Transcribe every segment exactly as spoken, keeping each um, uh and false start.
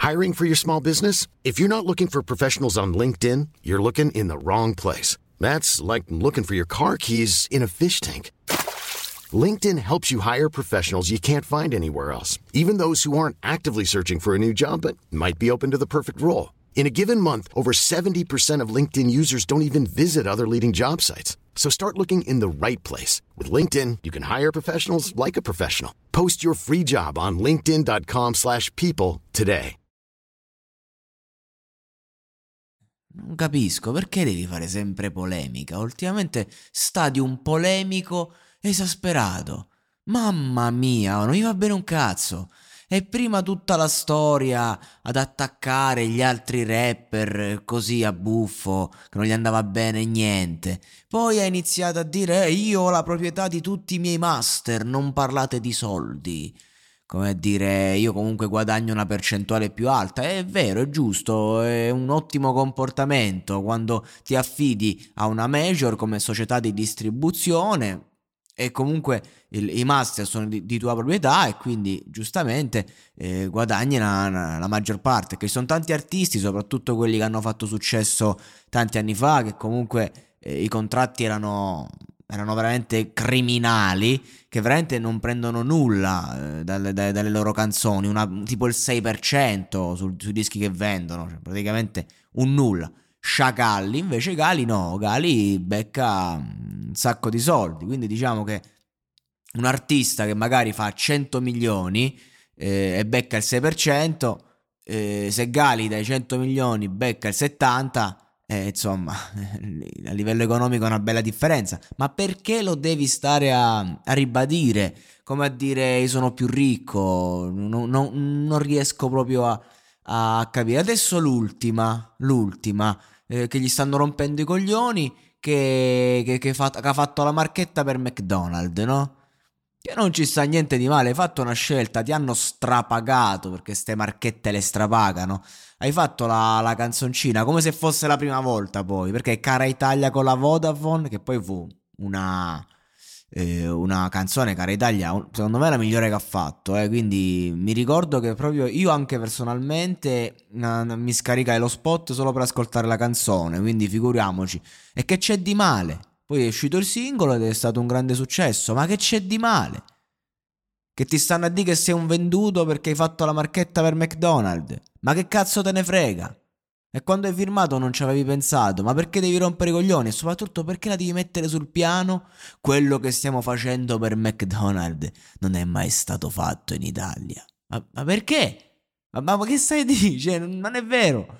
Hiring for your small business? If you're not looking for professionals on LinkedIn, you're looking in the wrong place. That's like looking for your car keys in a fish tank. LinkedIn helps you hire professionals you can't find anywhere else, even those who aren't actively searching for a new job but might be open to the perfect role. In a given month, over seventy percent of LinkedIn users don't even visit other leading job sites. So start looking in the right place. With LinkedIn, you can hire professionals like a professional. Post your free job on linkedin.com slash people today. Non capisco perché devi fare sempre polemica. Ultimamente sta di un polemico esasperato. Mamma mia, non mi va bene un cazzo. E prima tutta la storia ad attaccare gli altri rapper così a buffo, che non gli andava bene niente. Poi ha iniziato a dire eh, io ho la proprietà di tutti i miei master, non parlate di soldi. Come a dire io comunque guadagno una percentuale più alta. È vero, è giusto, è un ottimo comportamento quando ti affidi a una major come società di distribuzione e comunque il, i master sono di, di tua proprietà e quindi giustamente eh, guadagni la, la, la maggior parte. Che ci sono tanti artisti, soprattutto quelli che hanno fatto successo tanti anni fa, che comunque eh, i contratti erano... erano veramente criminali, che veramente non prendono nulla eh, dalle, dalle, dalle loro canzoni, una, tipo il sei per cento sul, sui dischi che vendono, cioè praticamente un nulla. Sciacalli, invece Gali no, Gali becca un sacco di soldi, quindi diciamo che un artista che magari fa cento milioni eh, e becca il sei per cento, eh, se Gali dai cento milioni becca il settanta per cento, Eh, insomma, a livello economico è una bella differenza, ma perché lo devi stare a, a ribadire? Come a dire io sono più ricco, non, non, non riesco proprio a, a capire. Adesso l'ultima, l'ultima, eh, che gli stanno rompendo i coglioni, che, che, che, fa, che ha fatto la marchetta per McDonald's, no? Che non ci sta niente di male, hai fatto una scelta, ti hanno strapagato perché ste marchette le strapagano. Hai fatto la, la canzoncina come se fosse la prima volta poi, perché Cara Italia con la Vodafone, che poi fu una, eh, una canzone, Cara Italia, secondo me è la migliore che ha fatto, eh, quindi mi ricordo che proprio io anche personalmente uh, mi scaricai lo spot solo per ascoltare la canzone, quindi figuriamoci. E che c'è di male? Poi è uscito il singolo ed è stato un grande successo, ma che c'è di male? Che ti stanno a dire che sei un venduto perché hai fatto la marchetta per McDonald's? Ma che cazzo te ne frega? E quando hai firmato non ci avevi pensato, ma perché devi rompere i coglioni? E soprattutto perché la devi mettere sul piano? Quello che stiamo facendo per McDonald's non è mai stato fatto in Italia. Ma, ma perché? Ma, ma che stai dicendo? Non, non è vero.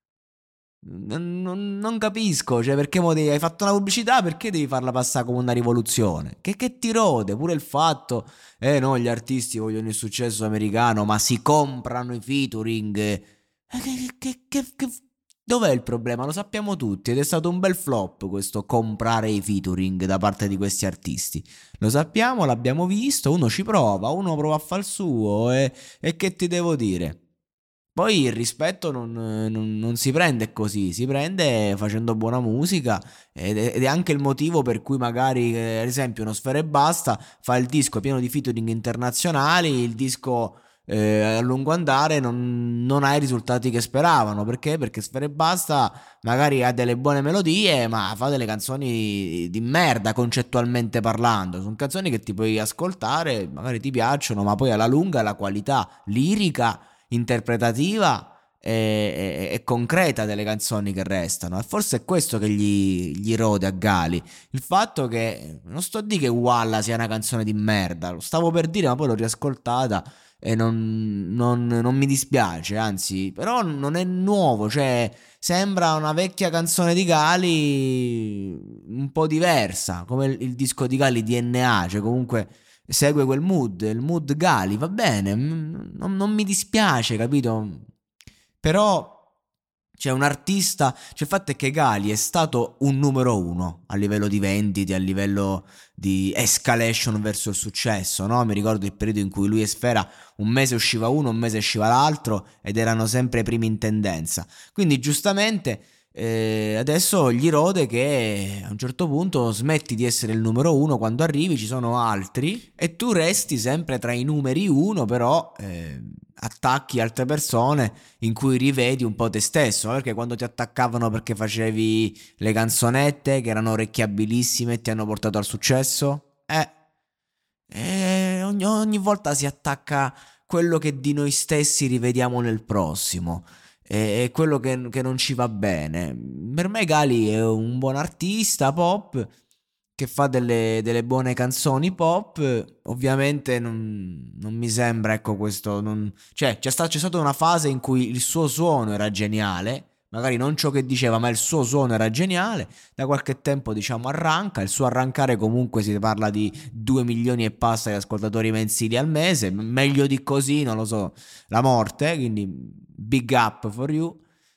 Non, non, non capisco, cioè perché mo devi, hai fatto una pubblicità, perché devi farla passare come una rivoluzione? Che, che ti rode? Pure il fatto, eh no, gli artisti vogliono il successo americano, ma si comprano i featuring. Eh, che, che, che, che, dov'è il problema? Lo sappiamo tutti ed è stato un bel flop questo comprare i featuring da parte di questi artisti. Lo sappiamo, l'abbiamo visto, uno ci prova, uno prova a far il suo e, e che ti devo dire? Poi il rispetto non, non- non si prende così, si prende facendo buona musica ed è, ed è anche il motivo per cui magari, eh, ad esempio, uno Sfera Ebbasta fa il disco pieno di featuring internazionali, il disco eh, a lungo andare non, non ha i risultati che speravano. Perché? Perché Sfera Ebbasta magari ha delle buone melodie, ma fa delle canzoni di merda concettualmente parlando. Sono canzoni che ti puoi ascoltare, magari ti piacciono, ma poi alla lunga la qualità lirica interpretativa e, e- e concreta delle canzoni che restano, e forse è questo che gli, gli rode a Gali, il fatto che non sto a dire che Walla sia una canzone di merda, lo stavo per dire ma poi l'ho riascoltata e non, non- non mi dispiace, anzi, però non è nuovo, cioè sembra una vecchia canzone di Gali un po' diversa, come il, il disco di Gali D N A, cioè comunque segue quel mood, il mood Gali, va bene, mm, non, non mi dispiace, capito? Però c'è un artista, cioè il fatto è che Gali è stato un numero uno a livello di vendite, a livello di escalation verso il successo, no? Mi ricordo il periodo in cui lui e Sfera un mese usciva uno, un mese usciva l'altro ed erano sempre i primi in tendenza. Quindi giustamente Eh, adesso gli rode che a un certo punto smetti di essere il numero uno, quando arrivi ci sono altri e tu resti sempre tra i numeri uno, però eh, attacchi altre persone in cui rivedi un po' te stesso, no? Perché quando ti attaccavano perché facevi le canzonette che erano orecchiabilissime e ti hanno portato al successo, eh, eh, ogni, ogni volta si attacca quello che di noi stessi rivediamo nel prossimo. È quello che, che non ci va bene. Per me Gali è un buon artista pop che fa delle, delle buone canzoni pop. Ovviamente non, non mi sembra, ecco, questo non... Cioè c'è, sta- c'è stata una fase in cui il suo suono era geniale, magari non ciò che diceva, ma il suo suono era geniale. Da qualche tempo, diciamo, arranca. Il suo arrancare, comunque si parla di due milioni e passa di ascoltatori mensili al mese, meglio di così non lo so, la morte, quindi big up for you.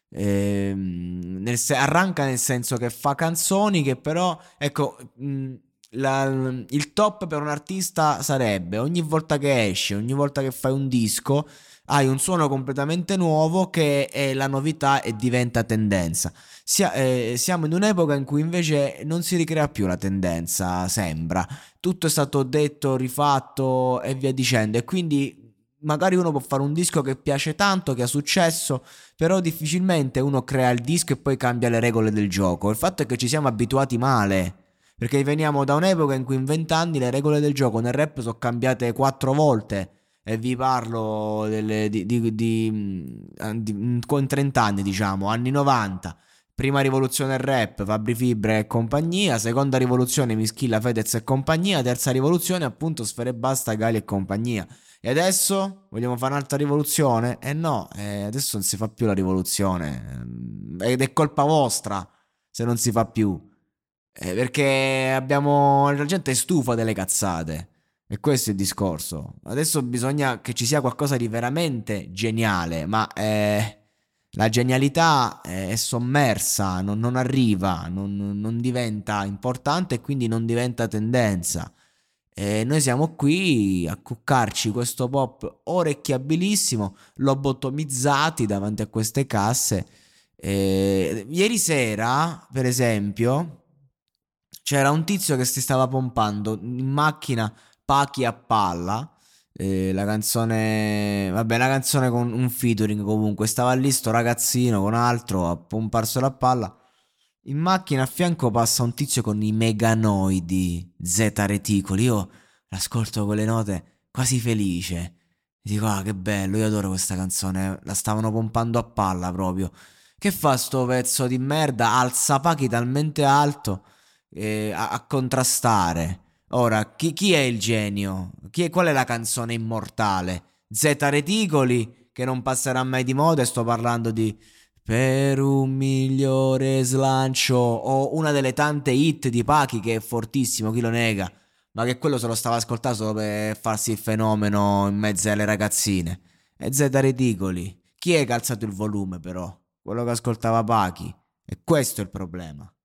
Ehm, nel se- arranca nel senso che fa canzoni che però, ecco, mh, la- il top per un artista sarebbe ogni volta che esce, ogni volta che fai un disco, hai un suono completamente nuovo che è la novità e diventa tendenza. Sia- eh, siamo in un'epoca in cui invece non si ricrea più la tendenza, sembra. Tutto è stato detto, rifatto e via dicendo, e quindi magari uno può fare un disco che piace tanto, che ha successo, però difficilmente uno crea il disco e poi cambia le regole del gioco. Il fatto è che ci siamo abituati male, perché veniamo da un'epoca in cui in vent'anni le regole del gioco nel rap sono cambiate quattro volte. E vi parlo delle, di, di, di, di, con trenta anni, diciamo, anni novanta. Prima rivoluzione rap, Fabri Fibra e compagnia. Seconda rivoluzione, Mischilla, Fedez e compagnia. Terza rivoluzione, appunto, Sfera Ebbasta, Gali e compagnia. E adesso vogliamo fare un'altra rivoluzione? Eh no, eh, adesso non si fa più la rivoluzione. Ed è colpa vostra se non si fa più. Eh, perché abbiamo... La gente è stufa delle cazzate. E questo è il discorso. Adesso bisogna che ci sia qualcosa di veramente geniale, ma eh, la genialità è sommersa, non, non arriva, non, non diventa importante e quindi non diventa tendenza. E noi siamo qui a cuccarci questo pop orecchiabilissimo, lobotomizzati davanti a queste casse. E ieri sera, per esempio, c'era un tizio che si stava pompando in macchina Pachi a palla. Eh, la canzone, vabbè, la canzone con un featuring comunque. Stava lì sto ragazzino con altro a pomparselo a palla. In macchina a fianco passa un tizio con i meganoidi Z reticoli. Io l'ascolto quelle note quasi felice. E dico, ah, che bello, io adoro questa canzone. La stavano pompando a palla proprio. Che fa sto pezzo di merda? Alza Pachi talmente alto eh, a, a contrastare. Ora, chi, chi è il genio? Chi è, qual è la canzone immortale? Z reticoli, che non passerà mai di moda, e sto parlando di per un migliore slancio, o una delle tante hit di Pachi che è fortissimo, chi lo nega, ma che quello se lo stava ascoltando solo per farsi il fenomeno in mezzo alle ragazzine. E Z reticoli, chi è che ha alzato il volume però? Quello che ascoltava Pachi. E questo è il problema.